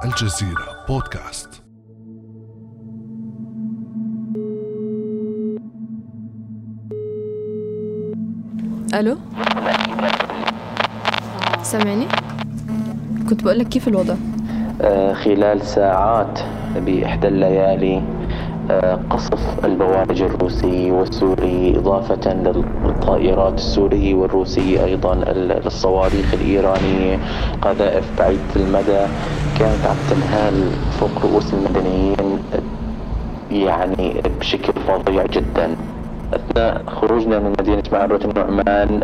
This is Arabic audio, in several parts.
الجزيرة بودكاست. ألو، سامعني؟ كنت بقولك كيف الوضع؟ خلال ساعات بإحدى الليالي قصف البوارج الروسي والسوري إضافة للطائرات السورية والروسية أيضا الصواريخ الإيرانية قذائف بعيدة المدى كانت عم تنهال فوق رؤوس المدنيين يعني بشكل فظيع جدا. أثناء خروجنا من مدينة معرة النعمان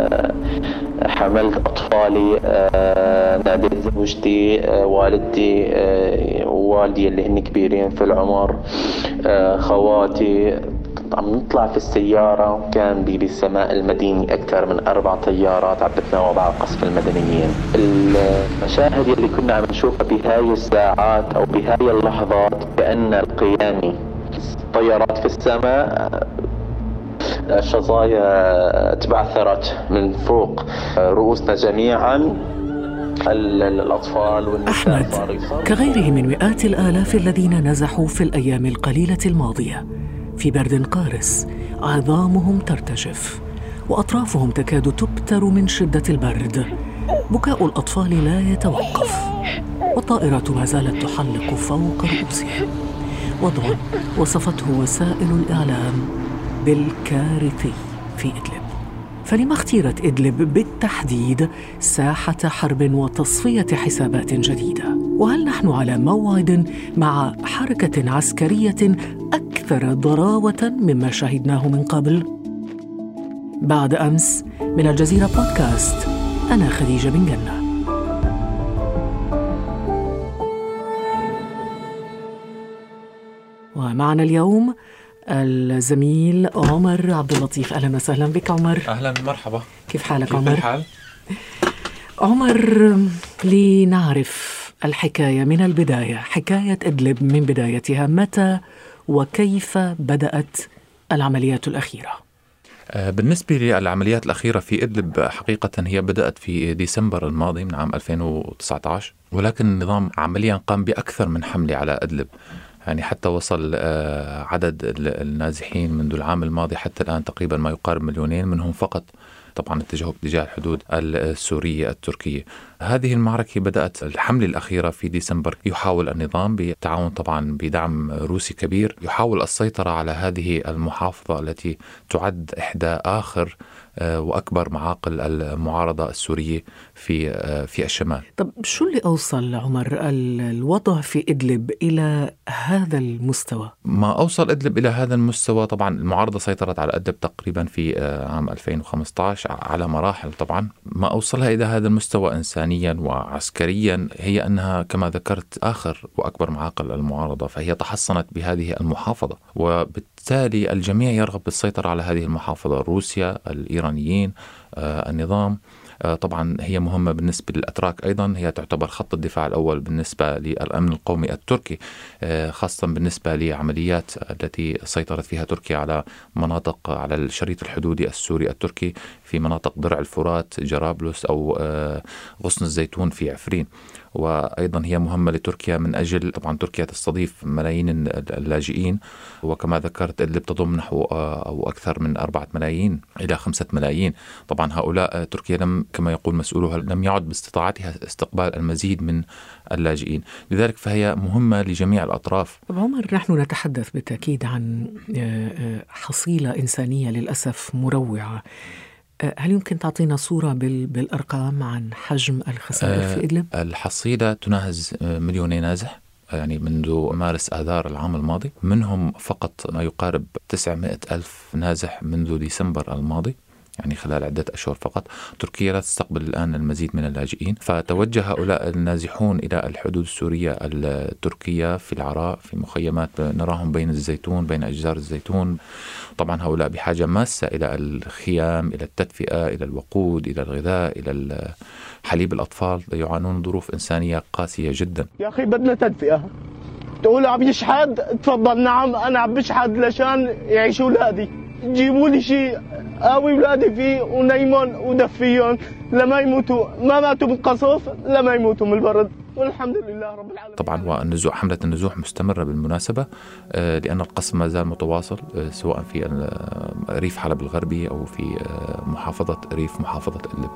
حملت أطفالي، ناديت زوجتي، والدتي ووالدي اللي هن كبيرين في العمر، خواتي، عم نطلع في السيارة. كان بالسماء المديني أكثر من 4 طيارات عم تتناوب على قصف المدنيين. المشاهد اللي كنا عم نشوفها بهاي الساعات أو بهاي اللحظات كأن القيامي طيارات في السماء، الشظايا تبعثرت من فوق رؤوسنا جميعا، الأطفال والنساء. أحمد كغيره من مئات الآلاف الذين نزحوا في الأيام القليلة الماضية في برد قارس، عظامهم ترتجف وأطرافهم تكاد تبتر من شدة البرد. بكاء الأطفال لا يتوقف والطائرات ما زالت تحلق فوق رؤوسهم. وضع وصفته وسائل الإعلام بالكارثي في إدلب. فلما اختيرت إدلب بالتحديد ساحة حرب وتصفية حسابات جديدة؟ وهل نحن على موعد مع حركة عسكرية أكثر ضراوة مما شاهدناه من قبل؟ بعد أمس من الجزيرة بودكاست، أنا خديجة بن جنة. ومعنا اليوم الزميل عمر عبد اللطيف. أهلا وسهلا بك عمر. أهلا مرحبا. كيف حالك عمر؟ كيف الحال؟ عمر، لنعرف الحكاية من البداية، حكاية إدلب من بدايتها، متى وكيف بدأت العمليات الأخيرة؟ بالنسبة للعمليات الأخيرة في إدلب حقيقة هي بدأت في ديسمبر الماضي من عام 2019، ولكن النظام عمليا قام بأكثر من حملة على إدلب، يعني حتى وصل عدد النازحين منذ العام الماضي حتى الآن تقريبا ما يقارب 2,000,000 منهم فقط طبعا اتجهوا باتجاه الحدود السورية التركية. هذه المعركة بدأت الحملة الأخيرة في ديسمبر. يحاول النظام بالتعاون طبعا بدعم روسي كبير يحاول السيطرة على هذه المحافظة التي تعد إحدى آخر وأكبر معاقل المعارضة السورية في الشمال. طب شو اللي أوصل عمر الوضع في إدلب إلى هذا المستوى؟ ما أوصل إدلب إلى هذا المستوى، طبعا المعارضة سيطرت على إدلب تقريبا في عام 2015 على مراحل. طبعا ما أوصلها إلى هذا المستوى إنسانيا وعسكريا هي أنها كما ذكرت آخر وأكبر معاقل المعارضة، فهي تحصنت بهذه المحافظة، وبالتالي الجميع يرغب بالسيطرة على هذه المحافظة. روسيا، الإيرانيين، النظام. طبعا هي مهمة بالنسبة للأتراك أيضا، هي تعتبر خط الدفاع الأول بالنسبة للأمن القومي التركي، خاصة بالنسبة لعمليات التي سيطرت فيها تركيا على مناطق على الشريط الحدودي السوري التركي في مناطق درع الفرات، جرابلس أو غصن الزيتون في عفرين. وأيضا هي مهمة لتركيا من أجل طبعا تركيا تستضيف ملايين اللاجئين، وكما ذكرت إدلب تضم نحو أو أكثر من 4 ملايين إلى 5 ملايين. طبعا هؤلاء تركيا كما يقول مسؤولها لم يعد باستطاعتها استقبال المزيد من اللاجئين، لذلك فهي مهمة لجميع الأطراف. طب عمر، نحن نتحدث بالتأكيد عن حصيلة إنسانية للأسف مروعة. هل يمكن تعطينا صورة بالأرقام عن حجم الخسائر في إدلب؟ الحصيلة تناهز 2,000,000 نازح، يعني منذ مارس آذار العام الماضي، منهم فقط ما يقارب 900,000 نازح منذ ديسمبر الماضي، يعني خلال عدة أشهر فقط. تركيا لا تستقبل الآن المزيد من اللاجئين، فتوجه هؤلاء النازحون إلى الحدود السورية التركية في العراء في مخيمات نراهم بين الزيتون، بين أشجار الزيتون. طبعا هؤلاء بحاجة ماسة إلى الخيام، إلى التدفئة، إلى الوقود، إلى الغذاء، إلى حليب الأطفال. يعانون ظروف إنسانية قاسية جدا. يا أخي بدنا تدفئة، تقول عم يشحد، تفضل نعم أنا عم بشحد لشان يعيشوا أولادي، جيبوا لي شيء قوي أولادي فيه ونيمون ودفيهم لما يموتوا، ما ماتوا من قصف لما يموتوا من البرد. والحمد لله رب العالمين. طبعا والنزوح، حملة النزوح مستمرة بالمناسبة، لأن القصف ما زال متواصل سواء في ريف حلب الغربي أو في محافظة إدلب.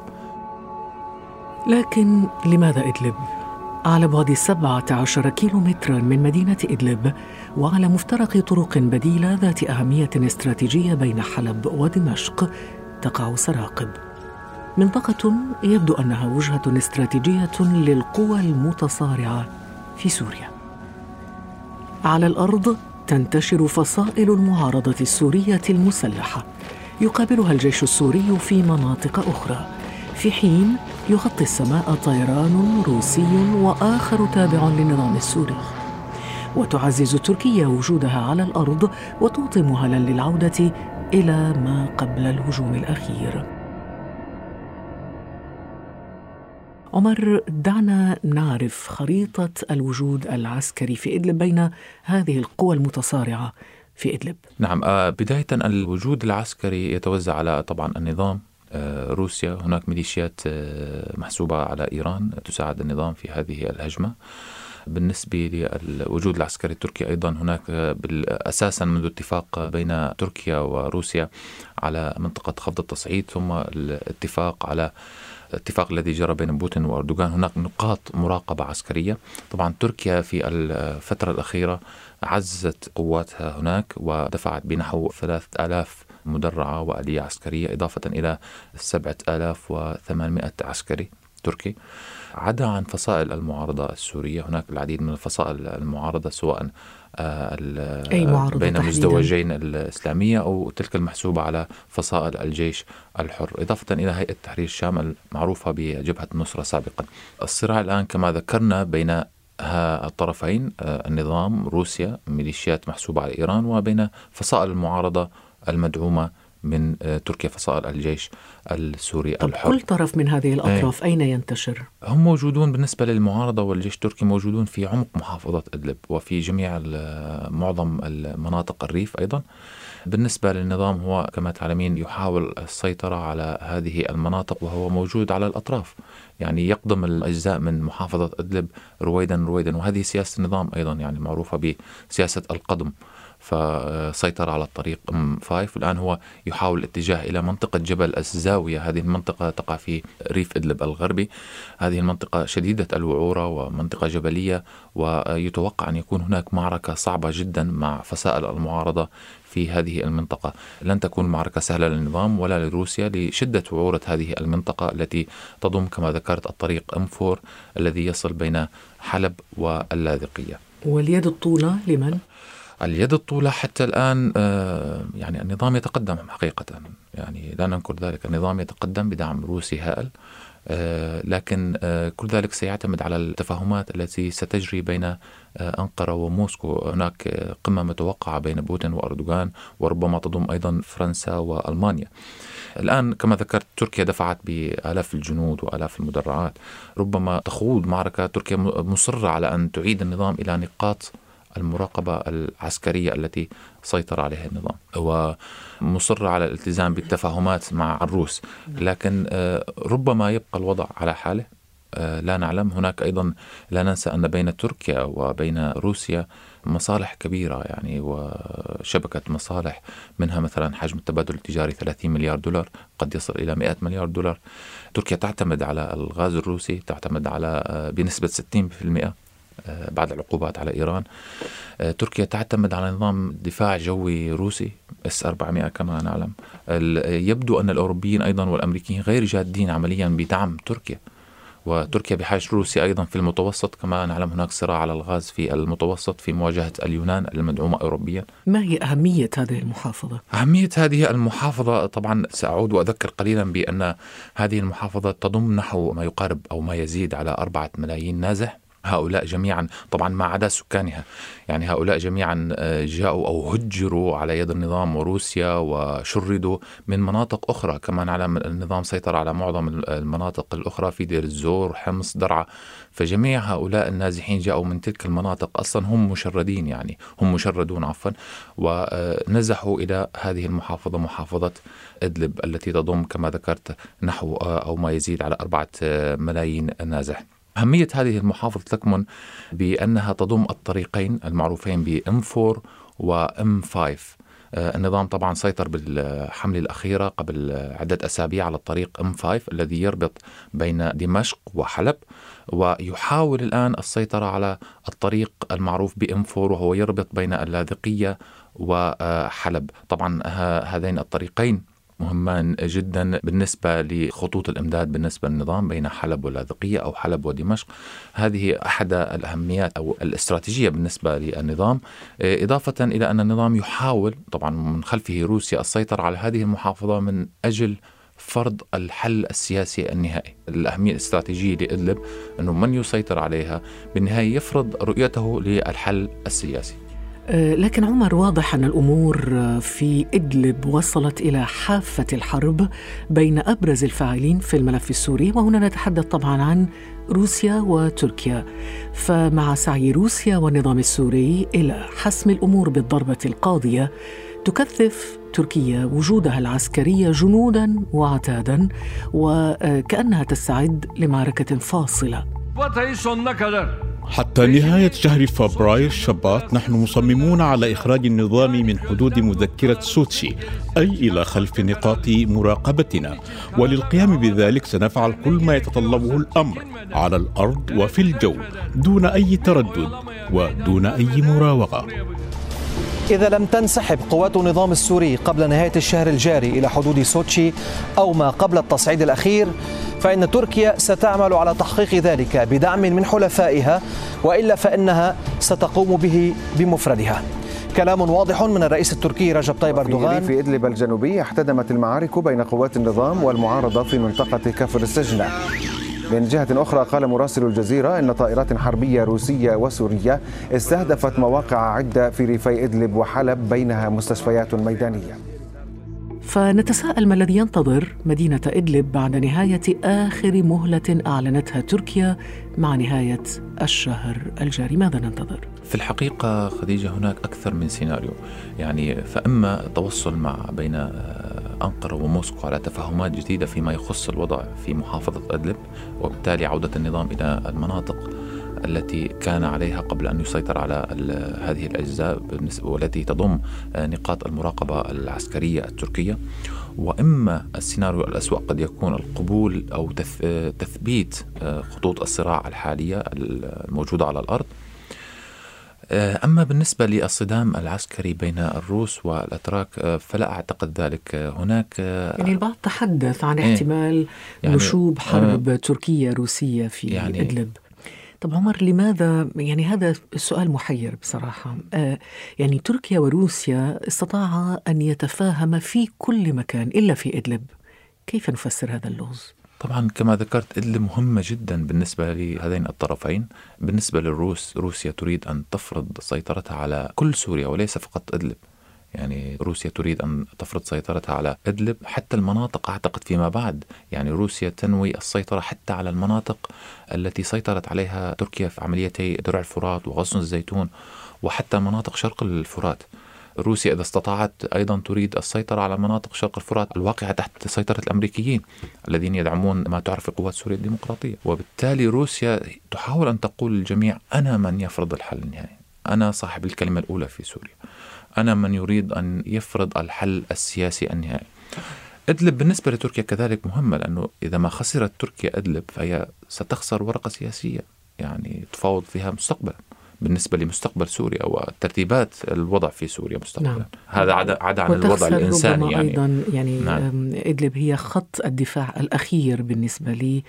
لكن لماذا إدلب؟ على بعد 17 كيلومترا من مدينة إدلب، وعلى مفترق طرق بديلة ذات أهمية استراتيجية بين حلب ودمشق، تقع سراقب، منطقة يبدو أنها وجهة استراتيجية للقوى المتصارعة في سوريا. على الأرض تنتشر فصائل المعارضة السورية المسلحة، يقابلها الجيش السوري في مناطق أخرى، في حين يغطي السماء طيران روسي وآخر تابع للنظام السوري. وتعزز تركيا وجودها على الأرض وتعطي مهلا للعودة إلى ما قبل الهجوم الأخير. عمر، دعنا نعرف خريطة الوجود العسكري في إدلب بين هذه القوى المتصارعة في إدلب. نعم، بداية الوجود العسكري يتوزع على طبعا النظام، روسيا، هناك ميليشيات محسوبة على إيران تساعد النظام في هذه الهجمة. بالنسبة للوجود العسكري التركي أيضا هناك أساسا منذ اتفاق بين تركيا وروسيا على منطقة خفض التصعيد، ثم الاتفاق الذي جرى بين بوتين وأردوغان، هناك نقاط مراقبة عسكرية. طبعا تركيا في الفترة الأخيرة عزت قواتها هناك ودفعت بنحو 3000 مدرعة وآلية عسكرية، إضافة إلى 7800 عسكري تركي. عدا عن فصائل المعارضة السورية، هناك العديد من الفصائل المعارضة، سواء بين مزدوجين الإسلامية أو تلك المحسوبة على فصائل الجيش الحر، إضافة إلى هيئة تحرير الشام المعروفة بجبهة النصرة سابقا. الصراع الآن كما ذكرنا بين الطرفين، النظام روسيا، ميليشيات محسوبة على إيران، وبين فصائل المعارضة المدعومة من تركيا، فصائل الجيش السوري الحر. كل طرف من هذه الأطراف أين ينتشر؟ هم موجودون بالنسبة للمعارضة والجيش التركي، موجودون في عمق محافظة إدلب وفي جميع معظم المناطق الريف أيضا. بالنسبة للنظام هو كما تعلمين يحاول السيطرة على هذه المناطق وهو موجود على الأطراف، يعني يقدم الأجزاء من محافظة إدلب رويدا، وهذه سياسة النظام أيضا، يعني معروفة بسياسة القدم. فسيطر على الطريق M5، والآن هو يحاول الاتجاه إلى منطقة جبل الزاوية. هذه المنطقة تقع في ريف إدلب الغربي، هذه المنطقة شديدة الوعورة ومنطقة جبلية، ويتوقع أن يكون هناك معركة صعبة جدا مع فصائل المعارضة في هذه المنطقة. لن تكون معركة سهلة للنظام ولا لروسيا لشدة وعورة هذه المنطقة التي تضم كما ذكرت الطريق M4 الذي يصل بين حلب واللاذقية. واليد الطولة لمن؟ اليد الطولة حتى الآن يعني النظام يتقدم حقيقة، يعني لا ننكر ذلك، النظام يتقدم بدعم روسي هائل، لكن كل ذلك سيعتمد على التفاهمات التي ستجري بين أنقرة وموسكو. هناك قمة متوقعة بين بوتين وأردوغان، وربما تضم أيضا فرنسا وألمانيا. الآن كما ذكرت تركيا دفعت بآلاف الجنود وآلاف المدرعات، ربما تخوض معركة. تركيا مصرة على أن تعيد النظام إلى نقاط المراقبة العسكرية التي سيطر عليها النظام، ومصر على الالتزام بالتفاهمات مع الروس، لكن ربما يبقى الوضع على حاله، لا نعلم. هناك أيضا لا ننسى أن بين تركيا وبين روسيا مصالح كبيرة، يعني وشبكة مصالح، منها مثلا حجم التبادل التجاري 30 مليار دولار، قد يصل إلى 100 مليار دولار. تركيا تعتمد على الغاز الروسي، تعتمد على بنسبة 60% بعد العقوبات على إيران. تركيا تعتمد على نظام دفاع جوي روسي S-400 كما نعلم. يبدو أن الأوروبيين أيضا والأمريكيين غير جادين عمليا بدعم تركيا، وتركيا بحاجة روسيا أيضا في المتوسط. كما نعلم هناك صراع على الغاز في المتوسط في مواجهة اليونان المدعومة أوروبيا. ما هي أهمية هذه المحافظة؟ أهمية هذه المحافظة طبعا سأعود وأذكر قليلا بأن هذه المحافظة تضم نحو ما يقارب أو ما يزيد على 4 ملايين نازح. هؤلاء جميعا طبعا ما عدا سكانها، يعني هؤلاء جميعا جاءوا أو هجروا على يد النظام وروسيا وشردوا من مناطق أخرى. كما نعلم النظام سيطر على معظم المناطق الأخرى في دير الزور، حمص، درعا، فجميع هؤلاء النازحين جاءوا من تلك المناطق، أصلا هم مشردين، يعني هم مشردون عفوا، ونزحوا إلى هذه المحافظة، محافظة إدلب التي تضم كما ذكرت نحو أو ما يزيد على 4 ملايين نازح. أهمية هذه المحافظة تكمن بأنها تضم الطريقين المعروفين ب M4 و M5. النظام طبعا سيطر بالحملة الأخيرة قبل عدة أسابيع على الطريق M5 الذي يربط بين دمشق وحلب، ويحاول الآن السيطرة على الطريق المعروف ب M4 وهو يربط بين اللاذقية وحلب. طبعا هذين الطريقين مهمان جدا بالنسبة لخطوط الإمداد بالنسبة للنظام بين حلب واللاذقية أو حلب ودمشق. هذه أحد الأهميات أو الاستراتيجية بالنسبة للنظام، إضافة إلى أن النظام يحاول طبعا من خلفه روسيا السيطرة على هذه المحافظة من أجل فرض الحل السياسي النهائي. الأهمية الاستراتيجية لإدلب أنه من يسيطر عليها بالنهاية يفرض رؤيته للحل السياسي. لكن عمر، واضح أن الأمور في إدلب وصلت إلى حافة الحرب بين أبرز الفاعلين في الملف السوري، وهنا نتحدث طبعا عن روسيا وتركيا. فمع سعي روسيا والنظام السوري إلى حسم الأمور بالضربة القاضية، تكثف تركيا وجودها العسكري جنوداً وعتاداً، وكأنها تستعد لمعركة فاصلة. حتى نهاية شهر فبراير شباط نحن مصممون على إخراج النظام من حدود مذكرة سوتشي، أي إلى خلف نقاط مراقبتنا، وللقيام بذلك سنفعل كل ما يتطلبه الأمر على الأرض وفي الجو دون أي تردد ودون أي مراوغة. إذا لم تنسحب قوات النظام السوري قبل نهاية الشهر الجاري إلى حدود سوتشي أو ما قبل التصعيد الأخير، فإن تركيا ستعمل على تحقيق ذلك بدعم من حلفائها، وإلا فإنها ستقوم به بمفردها. كلام واضح من الرئيس التركي رجب طيب أردوغان. في إدلب الجنوبي احتدمت المعارك بين قوات النظام والمعارضة في منطقة كفر السجنة. من جهة أخرى قال مراسل الجزيرة إن طائرات حربية روسية وسورية استهدفت مواقع عدة في ريفي إدلب وحلب بينها مستشفيات ميدانية. فنتساءل ما الذي ينتظر مدينة إدلب بعد نهاية آخر مهلة أعلنتها تركيا مع نهاية الشهر الجاري؟ ماذا ننتظر؟ في الحقيقة خديجة هناك أكثر من سيناريو، فإما التوصل بين أنقرة وموسكو على تفاهمات جديدة فيما يخص الوضع في محافظة إدلب، وبالتالي عودة النظام إلى المناطق التي كان عليها قبل أن يسيطر على هذه الأجزاء والتي تضم نقاط المراقبة العسكرية التركية. وإما السيناريو الأسوأ قد يكون القبول أو تثبيت خطوط الصراع الحالية الموجودة على الأرض. أما بالنسبة للصدام العسكري بين الروس والأتراك فلا أعتقد ذلك. هناك البعض تحدث عن احتمال نشوب حرب تركية روسية في إدلب. طب عمر، لماذا هذا السؤال محير بصراحة. تركيا وروسيا استطاعا أن يتفاهما في كل مكان إلا في إدلب. كيف نفسر هذا اللغز؟ طبعا كما ذكرت إدلب مهمة جدا بالنسبة لهذين الطرفين. بالنسبة للروس، روسيا تريد أن تفرض سيطرتها على كل سوريا وليس فقط إدلب. روسيا تريد أن تفرض سيطرتها على إدلب حتى المناطق، أعتقد فيما بعد روسيا تنوي السيطرة حتى على المناطق التي سيطرت عليها تركيا في عمليتي درع الفرات وغصن الزيتون، وحتى مناطق شرق الفرات. روسيا إذا استطاعت أيضا تريد السيطرة على مناطق شرق الفرات الواقعة تحت سيطرة الأمريكيين الذين يدعمون ما تعرف قوات سوريا الديمقراطية. وبالتالي روسيا تحاول أن تقول للجميع أنا من يفرض الحل النهائي، أنا صاحب الكلمة الأولى في سوريا، أنا من يريد أن يفرض الحل السياسي النهائي. إدلب بالنسبة لتركيا كذلك مهمة، لأنه إذا ما خسرت تركيا إدلب فهي ستخسر ورقة سياسية تفاوض فيها مستقبلا بالنسبة لمستقبل سوريا وترتيبات الوضع في سوريا مستقبلا. نعم. هذا عدا عن الوضع الإنساني. أيضا نعم. إدلب هي خط الدفاع الأخير بالنسبة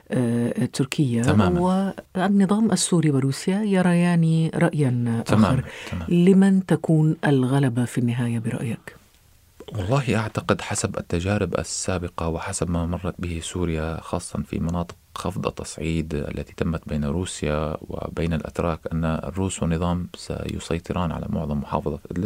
لتركيا. تماما. والنظام السوري وروسيا يريان رأيا آخر. لمن تكون الغلبة في النهاية برأيك؟ والله أعتقد حسب التجارب السابقة وحسب ما مرت به سوريا خاصة في مناطق خفض التصعيد التي تمت بين روسيا وبين الأتراك، أن الروس والنظام سيسيطران على معظم محافظة إدلب.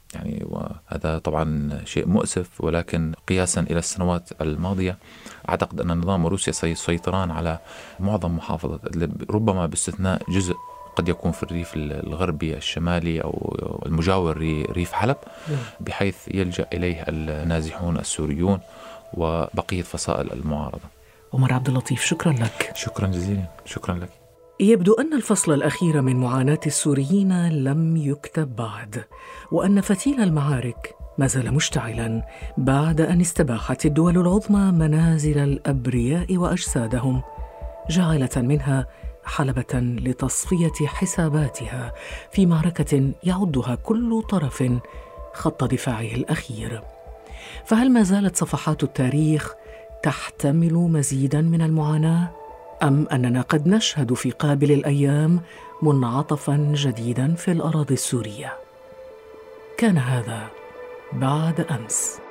وهذا طبعا شيء مؤسف، ولكن قياسا إلى السنوات الماضية أعتقد أن النظام وروسيا سيسيطران على معظم محافظة إدلب، ربما باستثناء جزء قد يكون في الريف الغربي الشمالي أو المجاور ريف حلب، بحيث يلجأ إليه النازحون السوريون وبقية فصائل المعارضة. عمر عبد اللطيف، شكرا لك. شكرا جزيلا. شكرا لك. يبدو أن الفصل الأخير من معاناة السوريين لم يكتب بعد، وأن فتيل المعارك ما زال مشتعلا بعد أن استباحت الدول العظمى منازل الأبرياء وأجسادهم، جعلة منها حلبة لتصفية حساباتها في معركة يعدها كل طرف خط دفاعه الأخير. فهل ما زالت صفحات التاريخ تحتمل مزيداً من المعاناة؟ أم أننا قد نشهد في قابل الأيام منعطفاً جديداً في الأراضي السورية؟ كان هذا بعد أمس.